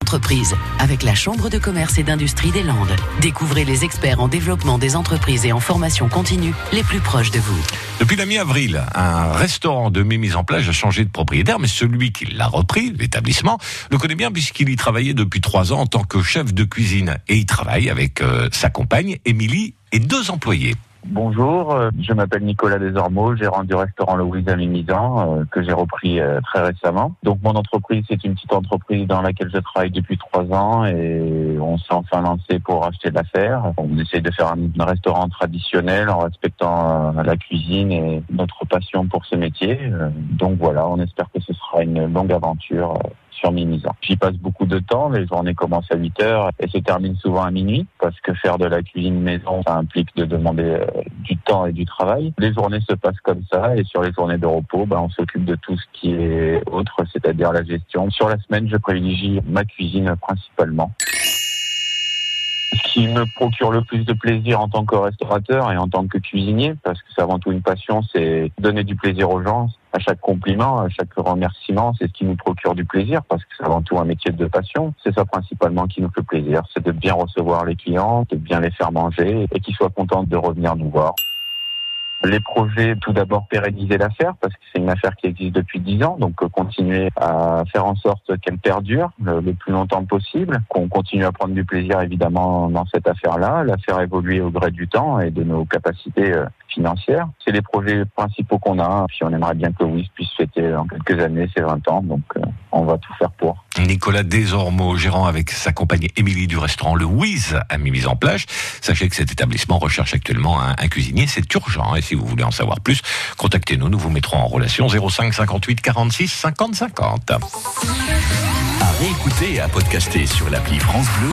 entreprise avec la Chambre de commerce et d'industrie des Landes. Découvrez les experts en développement des entreprises et en formation continue les plus proches de vous. Depuis la mi-avril, un restaurant de Mise en Plage a changé de propriétaire, mais celui qui l'a repris, l'établissement, le connaît bien puisqu'il y travaillait depuis 3 ans en tant que chef de cuisine. Et il travaille avec sa compagne, Émilie, et 2 employés. Bonjour, je m'appelle Nicolas Desormeaux, gérant du restaurant Le Wiz à Mimizan, que j'ai repris très récemment. Donc mon entreprise, c'est une petite entreprise dans laquelle je travaille depuis 3 ans et on s'est enfin lancé pour acheter de l'affaire. On essaye de faire un restaurant traditionnel en respectant la cuisine et notre passion pour ce métier. Donc voilà, on espère que ce sera une longue aventure sur Mimizan. J'y passe beaucoup de temps, les journées commencent à 8h et se terminent souvent à minuit parce que faire de la cuisine maison, ça implique de demander du temps et du travail. Les journées se passent comme ça et sur les journées de repos, on s'occupe de tout ce qui est autre, c'est-à-dire la gestion. Sur la semaine, je privilégie ma cuisine principalement. Ce qui me procure le plus de plaisir en tant que restaurateur et en tant que cuisinier, parce que c'est avant tout une passion, c'est donner du plaisir aux gens. À chaque compliment, à chaque remerciement, c'est ce qui nous procure du plaisir, parce que c'est avant tout un métier de passion. C'est ça principalement qui nous fait plaisir, c'est de bien recevoir les clients, de bien les faire manger et qu'ils soient contents de revenir nous voir. Les projets, tout d'abord pérenniser l'affaire, parce que c'est une affaire qui existe depuis 10 ans, donc continuer à faire en sorte qu'elle perdure le plus longtemps possible, qu'on continue à prendre du plaisir évidemment dans cette affaire-là, la faire évoluer au gré du temps et de nos capacités financières. C'est les projets principaux qu'on a, puis on aimerait bien que Wiz puisse fêter dans quelques années ses 20 ans, donc on va tout faire pour. Nicolas Desormeaux, gérant avec sa compagne Émilie du restaurant Le Wiz à Mise en Plage. Sachez que cet établissement recherche actuellement un cuisinier, c'est urgent. Et si vous voulez en savoir plus, contactez-nous, nous vous mettrons en relation 05 58 46 50 50. À réécouter et à podcaster sur l'appli France Bleu.